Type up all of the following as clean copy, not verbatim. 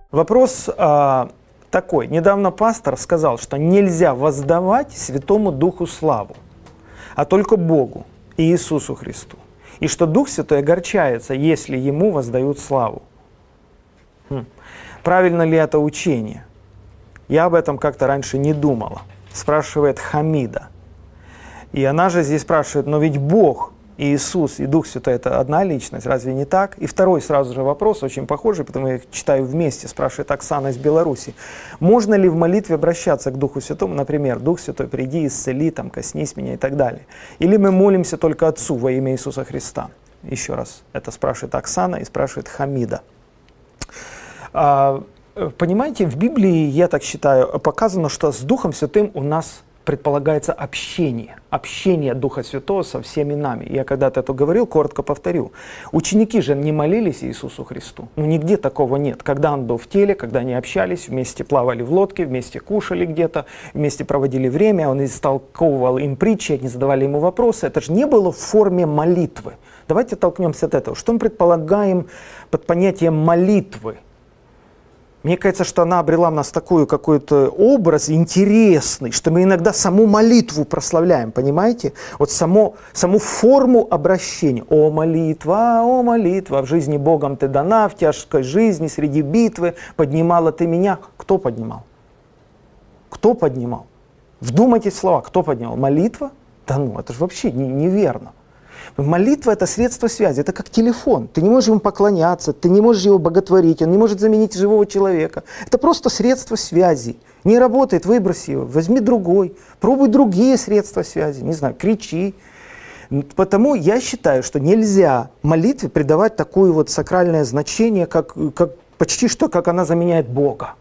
Вопрос такой. Недавно пастор сказал, что нельзя воздавать Святому Духу славу, а только Богу и Иисусу Христу. И что Дух Святой огорчается, если Ему воздают славу. Правильно ли это учение? Я об этом как-то раньше не думала. Спрашивает Хамида. И она же здесь спрашивает, но ведь Бог, и Иисус, и Дух Святой – это одна личность, разве не так? И второй сразу же вопрос, очень похожий, потому я их читаю вместе, спрашивает Оксана из Беларуси. Можно ли в молитве обращаться к Духу Святому, например, Дух Святой, приди, исцели, там, коснись меня и так далее? Или мы молимся только Отцу во имя Иисуса Христа? Еще раз, это спрашивает Оксана и спрашивает Хамида. Понимаете, в Библии, я так считаю, показано, что с Духом Святым у нас предполагается общение Духа Святого со всеми нами. Я когда-то это говорил, коротко повторю. Ученики же не молились Иисусу Христу. Нигде такого нет. Когда Он был в теле, когда они общались, вместе плавали в лодке, вместе кушали где-то, вместе проводили время, Он истолковывал им притчи, они задавали Ему вопросы. Это же не было в форме молитвы. Давайте толкнемся от этого. Что мы предполагаем под понятием молитвы? Мне кажется, что она обрела в нас такой какой-то образ интересный, что мы иногда саму молитву прославляем, понимаете? Вот саму форму обращения. О, молитва, в жизни Богом ты дана, в тяжкой жизни, среди битвы, поднимала ты меня. Кто поднимал? Кто поднимал? Вдумайтесь в слова, кто поднимал? Молитва? Да ну, это же вообще неверно. Молитва – это средство связи, это как телефон. Ты не можешь ему поклоняться, ты не можешь его боготворить, он не может заменить живого человека. Это просто средство связи. Не работает, выбрось его, возьми другой, пробуй другие средства связи, не знаю, кричи. Потому я считаю, что нельзя молитве придавать такое вот сакральное значение, как почти что как она заменяет Бога.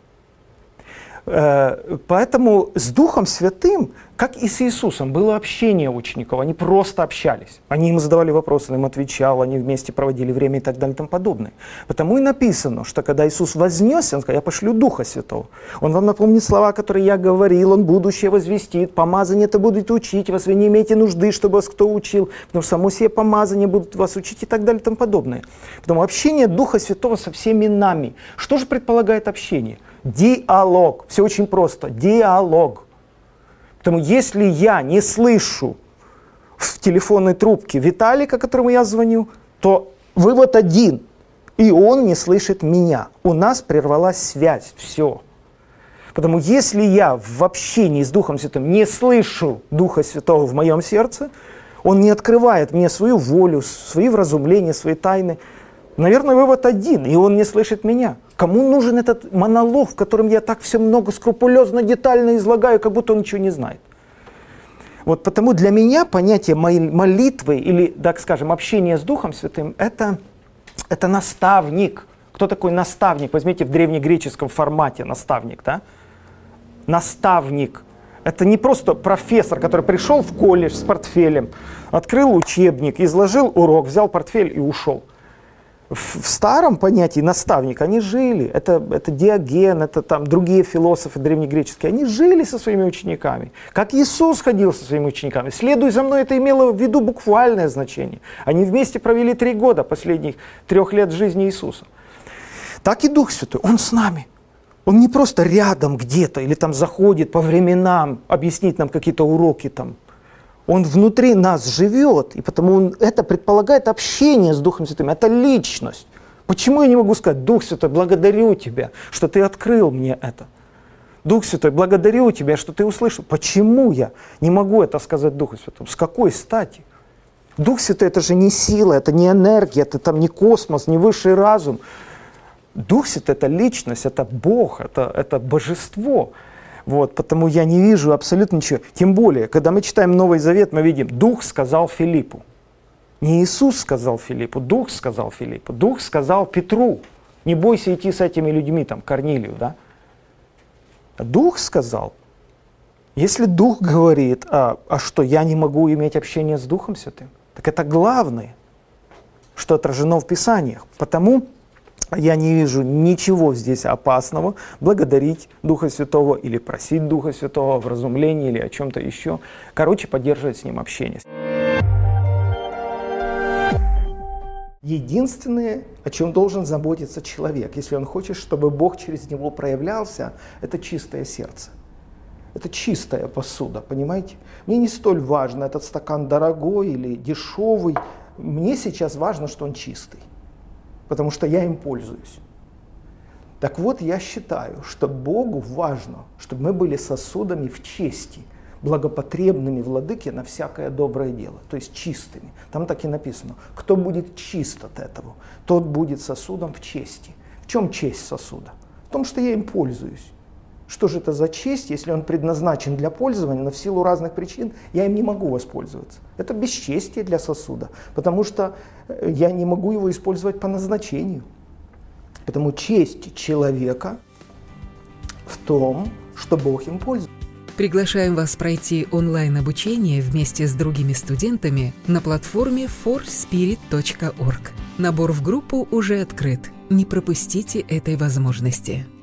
Поэтому с Духом Святым, как и с Иисусом, было общение учеников. Они просто общались. Они ему задавали вопросы, он им отвечал, они вместе проводили время и так далее и тому подобное. Потому и написано, что когда Иисус вознесся, Он сказал, я пошлю Духа Святого. Он вам напомнит слова, которые я говорил, Он будущее возвестит, помазание это будет учить вас, вы не имеете нужды, чтобы вас кто учил, потому что само себе помазание будут вас учить и так далее и тому подобное. Потому общение Духа Святого со всеми нами. Что же предполагает общение? Диалог. Все очень просто. Диалог. Потому если я не слышу в телефонной трубке Виталика, которому я звоню, то вывод один. И он не слышит меня. У нас прервалась связь. Все. Потому если я в общении с Духом Святым не слышу Духа Святого в моем сердце, Он не открывает мне свою волю, свои вразумления, свои тайны, наверное, вывод один, и он не слышит меня. Кому нужен этот монолог, в котором я так все много скрупулезно, детально излагаю, как будто он ничего не знает? Вот потому для меня понятие молитвы или, так скажем, общение с Духом Святым – это наставник. Кто такой наставник? Возьмите в древнегреческом формате наставник, да? Наставник. Это не просто профессор, который пришел в колледж с портфелем, открыл учебник, изложил урок, взял портфель и ушел. В старом понятии наставник они жили, это Диоген, это там другие философы древнегреческие, они жили со своими учениками. Как Иисус ходил со своими учениками. «Следуй за мной» это имело в виду буквальное значение. Они вместе провели 3 года, последних 3 лет жизни Иисуса. Так и Дух Святой, Он с нами. Он не просто рядом где-то или там заходит по временам объяснить нам какие-то уроки там. Он внутри нас живет, и потому это предполагает общение с Духом Святым. Это личность. Почему я не могу сказать: Дух Святой, благодарю Тебя, что Ты открыл мне это? Дух Святой, благодарю Тебя, что Ты услышал. Почему я не могу это сказать Духу Святому? С какой стати? Дух Святой — это же не сила, это не энергия, это там не космос, не высший разум. Дух Святой — это личность, это Бог, это божество. Вот, потому я не вижу абсолютно ничего. Тем более, когда мы читаем Новый Завет, мы видим, Дух сказал Филиппу. Не Иисус сказал Филиппу, Дух сказал Филиппу. Дух сказал Петру: не бойся идти с этими людьми, там, Корнилию, да? Дух сказал. Если Дух говорит, а что, я не могу иметь общение с Духом Святым? Так это главное, что отражено в Писаниях. Потому я не вижу ничего здесь опасного благодарить Духа Святого или просить Духа Святого в вразумлении или о чем-то еще. Короче, поддерживать с Ним общение. Единственное, о чем должен заботиться человек, если он хочет, чтобы Бог через него проявлялся, это чистое сердце. Это чистая посуда, понимаете? Мне не столь важно, этот стакан дорогой или дешевый. Мне сейчас важно, что он чистый, потому что я им пользуюсь. Так вот, я считаю, что Богу важно, чтобы мы были сосудами в чести, благопотребными владыке на всякое доброе дело, то есть чистыми. Там так и написано, кто будет чист от этого, тот будет сосудом в чести. В чем честь сосуда? В том, что я им пользуюсь. Что же это за честь, если он предназначен для пользования, но в силу разных причин я им не могу воспользоваться? Это бесчестие для сосуда, потому что я не могу его использовать по назначению. Поэтому честь человека в том, что Бог им пользуется. Приглашаем вас пройти онлайн-обучение вместе с другими студентами на платформе forspirit.org. Набор в группу уже открыт. Не пропустите этой возможности.